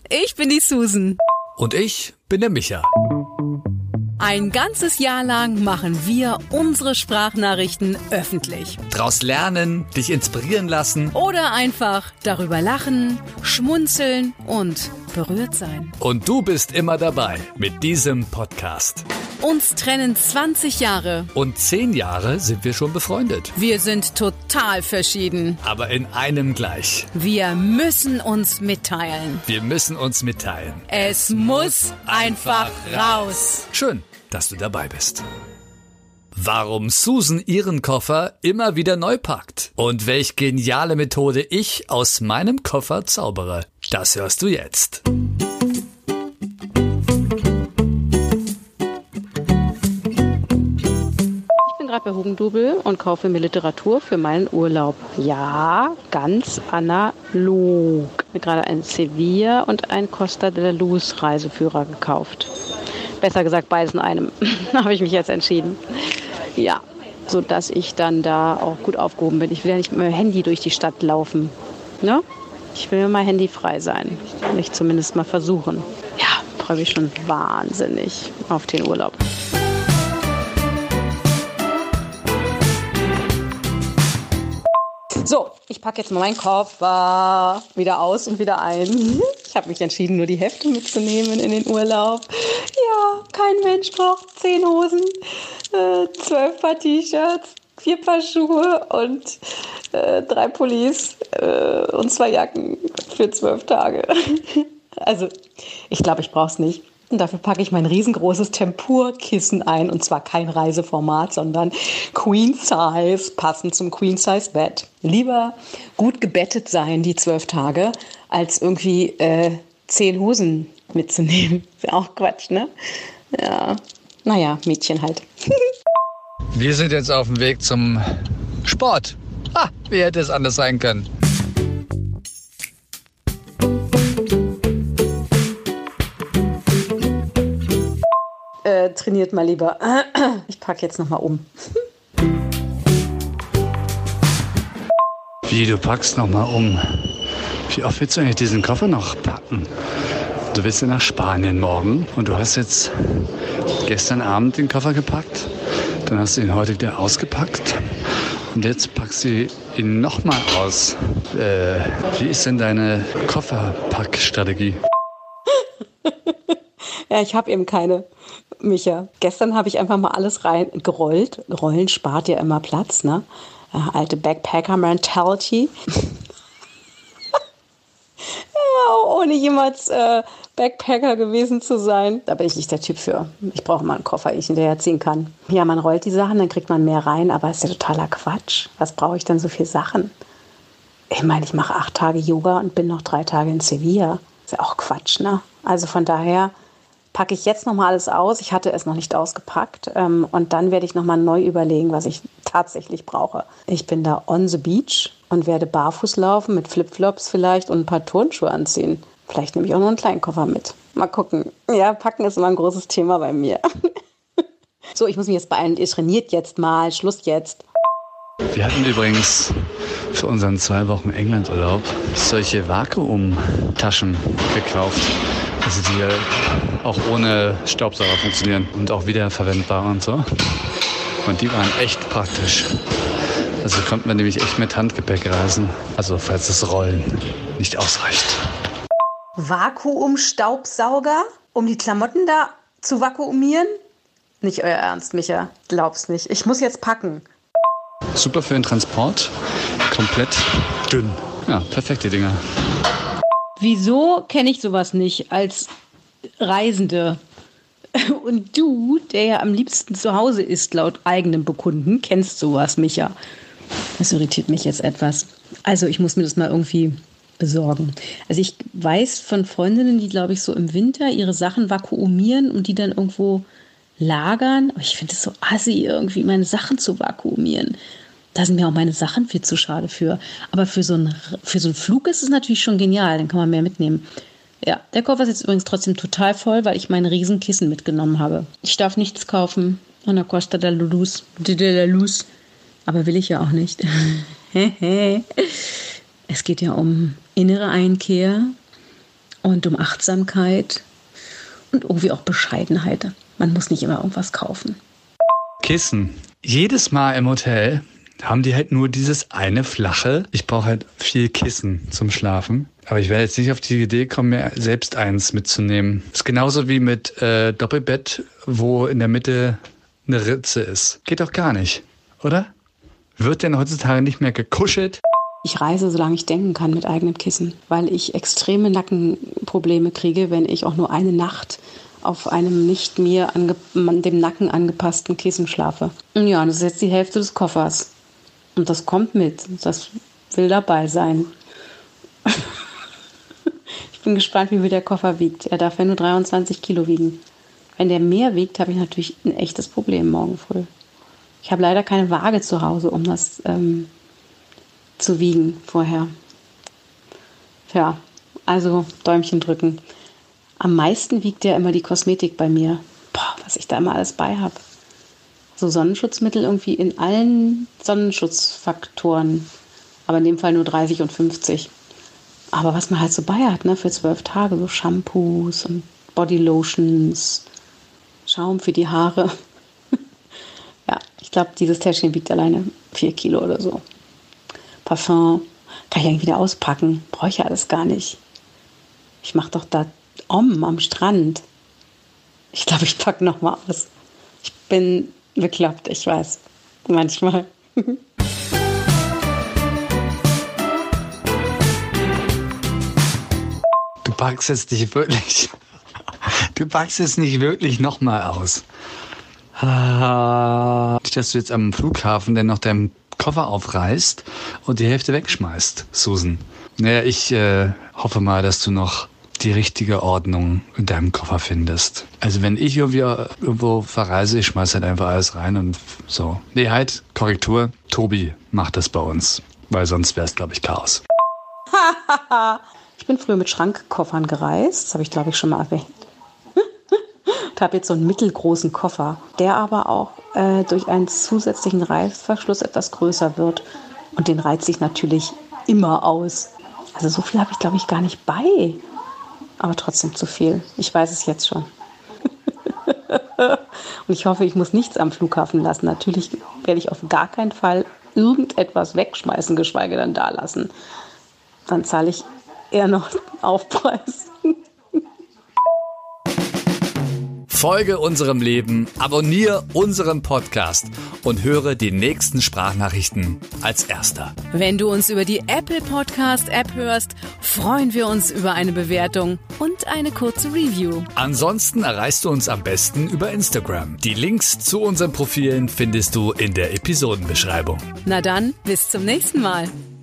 ich bin die Susan. Und ich bin der Micha. Ein ganzes Jahr lang machen wir unsere Sprachnachrichten öffentlich. Draus lernen, dich inspirieren lassen. Oder einfach darüber lachen, schmunzeln und berührt sein. Und du bist immer dabei mit diesem Podcast. Uns trennen 20 Jahre. Und 10 Jahre sind wir schon befreundet. Wir sind total verschieden. Aber in einem gleich. Wir müssen uns mitteilen. Wir müssen uns mitteilen. Es muss einfach raus. Schön, dass du dabei bist. Warum Susan ihren Koffer immer wieder neu packt und welch geniale Methode ich aus meinem Koffer zaubere, das hörst du jetzt. Ich bin gerade bei Hugendubel und kaufe mir Literatur für meinen Urlaub. Ja, ganz analog. Ich habe gerade einen Sevilla und einen Costa de la Luz Reiseführer gekauft. Besser gesagt, beides in einem. Habe ich mich jetzt entschieden. Ja, sodass ich dann da auch gut aufgehoben bin. Ich will ja nicht mit meinem Handy durch die Stadt laufen. Ne? Ich will mal handyfrei sein. Will ich zumindest mal versuchen. Ja, freue mich schon wahnsinnig auf den Urlaub. So, ich packe jetzt mal meinen Koffer wieder aus und wieder ein. Ich habe mich entschieden, nur die Hefte mitzunehmen in den Urlaub. Ja, kein Mensch braucht 10 Hosen, 12 Paar T-Shirts, 4 Paar Schuhe und 3 Pullis und 2 Jacken für 12 Tage. Also, ich glaube, ich brauche es nicht. Und dafür packe ich mein riesengroßes Tempurkissen ein. Und zwar kein Reiseformat, sondern Queen Size, passend zum Queen Size Bett. Lieber gut gebettet sein, die 12 Tage, als irgendwie 10 Hosen mitzunehmen. Ist ja auch Quatsch, ne? Ja, naja, Mädchen halt. Wir sind jetzt auf dem Weg zum Sport. Wie hätte es anders sein können? Trainiert mal lieber. Ich packe jetzt nochmal um. Wie, du packst nochmal um? Wie oft willst du eigentlich diesen Koffer noch packen? Du willst ja nach Spanien morgen und du hast jetzt gestern Abend den Koffer gepackt. Dann hast du ihn heute wieder ausgepackt und jetzt packst du ihn nochmal aus. Wie ist denn deine Kofferpackstrategie? Ja, ich habe eben keine, Micha. Gestern habe ich einfach mal alles reingerollt. Rollen spart ja immer Platz, ne? Alte Backpacker-Mentality. Ja, ohne jemals Backpacker gewesen zu sein. Da bin ich nicht der Typ für. Ich brauche mal einen Koffer, den ich hinterherziehen kann. Ja, man rollt die Sachen, dann kriegt man mehr rein, aber ist ja totaler Quatsch. Was brauche ich denn so viel Sachen? Ich meine, ich mache 8 Tage Yoga und bin noch 3 Tage in Sevilla. Ist ja auch Quatsch, ne? Also von daher packe ich jetzt nochmal alles aus. Ich hatte es noch nicht ausgepackt. Und dann werde ich nochmal neu überlegen, was ich tatsächlich brauche. Ich bin da on the beach und werde barfuß laufen, mit Flipflops vielleicht und ein paar Turnschuhe anziehen. Vielleicht nehme ich auch noch einen kleinen Koffer mit. Mal gucken. Ja, Packen ist immer ein großes Thema bei mir. So, ich muss mich jetzt beeilen. Ihr trainiert jetzt mal. Schluss jetzt. Wir hatten übrigens für unseren 2 Wochen Englandurlaub solche Vakuumtaschen gekauft. Also die auch ohne Staubsauger funktionieren und auch wiederverwendbar und so. Und die waren echt praktisch. Also konnte man nämlich echt mit Handgepäck reisen. Also falls das Rollen nicht ausreicht. Vakuumstaubsauger, um die Klamotten da zu vakuumieren? Nicht euer Ernst, Micha. Glaub's nicht. Ich muss jetzt packen. Super für den Transport. Komplett dünn. Ja, perfekte Dinger. Wieso kenne ich sowas nicht als Reisende? Und du, der ja am liebsten zu Hause ist, laut eigenem Bekunden, kennst sowas, Micha. Das irritiert mich jetzt etwas. Also ich muss mir das mal irgendwie besorgen. Also ich weiß von Freundinnen, die, glaube ich, so im Winter ihre Sachen vakuumieren und die dann irgendwo lagern. Aber ich finde es so assi, irgendwie meine Sachen zu vakuumieren. Da sind mir auch meine Sachen viel zu schade für. Aber für so einen Flug ist es natürlich schon genial. Dann kann man mehr mitnehmen. Ja, der Koffer ist jetzt übrigens trotzdem total voll, weil ich mein Riesenkissen mitgenommen habe. Ich darf nichts kaufen an der Costa de la Luz. Aber will ich ja auch nicht. Es geht ja um innere Einkehr und um Achtsamkeit und irgendwie auch Bescheidenheit. Man muss nicht immer irgendwas kaufen. Kissen. Jedes Mal im Hotel haben die halt nur dieses eine flache. Ich brauche halt viel Kissen zum Schlafen. Aber ich werde jetzt nicht auf die Idee kommen, mir selbst eins mitzunehmen. Ist genauso wie mit Doppelbett, wo in der Mitte eine Ritze ist. Geht doch gar nicht, oder? Wird denn heutzutage nicht mehr gekuschelt? Ich reise, solange ich denken kann, mit eigenem Kissen, weil ich extreme Nackenprobleme kriege, wenn ich auch nur eine Nacht auf einem nicht mir dem Nacken angepassten Kissen schlafe. Ja, das ist jetzt die Hälfte des Koffers. Und das kommt mit. Das will dabei sein. Ich bin gespannt, wie viel der Koffer wiegt. Er darf ja nur 23 Kilo wiegen. Wenn der mehr wiegt, habe ich natürlich ein echtes Problem morgen früh. Ich habe leider keine Waage zu Hause, um das zu wiegen vorher. Ja, also Däumchen drücken. Am meisten wiegt ja immer die Kosmetik bei mir. Boah, was ich da immer alles bei habe. So Sonnenschutzmittel irgendwie in allen Sonnenschutzfaktoren. Aber in dem Fall nur 30 und 50. Aber was man halt so bei hat, ne, für 12 Tage, so Shampoos und Bodylotions, Schaum für die Haare. Ja, ich glaube, dieses Täschchen wiegt alleine 4 Kilo oder so. Parfum kann ich eigentlich wieder auspacken. Brauche ich ja alles gar nicht. Ich mache doch da am Strand. Ich glaube, ich packe nochmal aus. Ich bin bekloppt, ich weiß. Manchmal. Du packst jetzt nicht wirklich. Du packst jetzt nicht wirklich nochmal aus. Nicht, dass du jetzt am Flughafen dann noch deinen Koffer aufreißt und die Hälfte wegschmeißt, Susan. Naja, ich hoffe mal, dass du noch die richtige Ordnung in deinem Koffer findest. Also wenn ich irgendwo verreise, ich schmeiß halt einfach alles rein und so. Nee, halt, Korrektur, Tobi macht das bei uns, weil sonst wäre es, glaube ich, Chaos. Ich bin früher mit Schrankkoffern gereist, das habe ich, glaube ich, schon mal erwähnt. Und habe jetzt so einen mittelgroßen Koffer, der aber auch durch einen zusätzlichen Reißverschluss etwas größer wird. Und den reizt sich natürlich immer aus. Also so viel habe ich, glaube ich, gar nicht bei. Aber trotzdem zu viel. Ich weiß es jetzt schon. Und ich hoffe, ich muss nichts am Flughafen lassen. Natürlich werde ich auf gar keinen Fall irgendetwas wegschmeißen, geschweige denn da lassen. Dann zahle ich eher noch Aufpreis. Folge unserem Leben, abonniere unseren Podcast und höre die nächsten Sprachnachrichten als Erster. Wenn du uns über die Apple Podcast App hörst, freuen wir uns über eine Bewertung und eine kurze Review. Ansonsten erreichst du uns am besten über Instagram. Die Links zu unseren Profilen findest du in der Episodenbeschreibung. Na dann, bis zum nächsten Mal.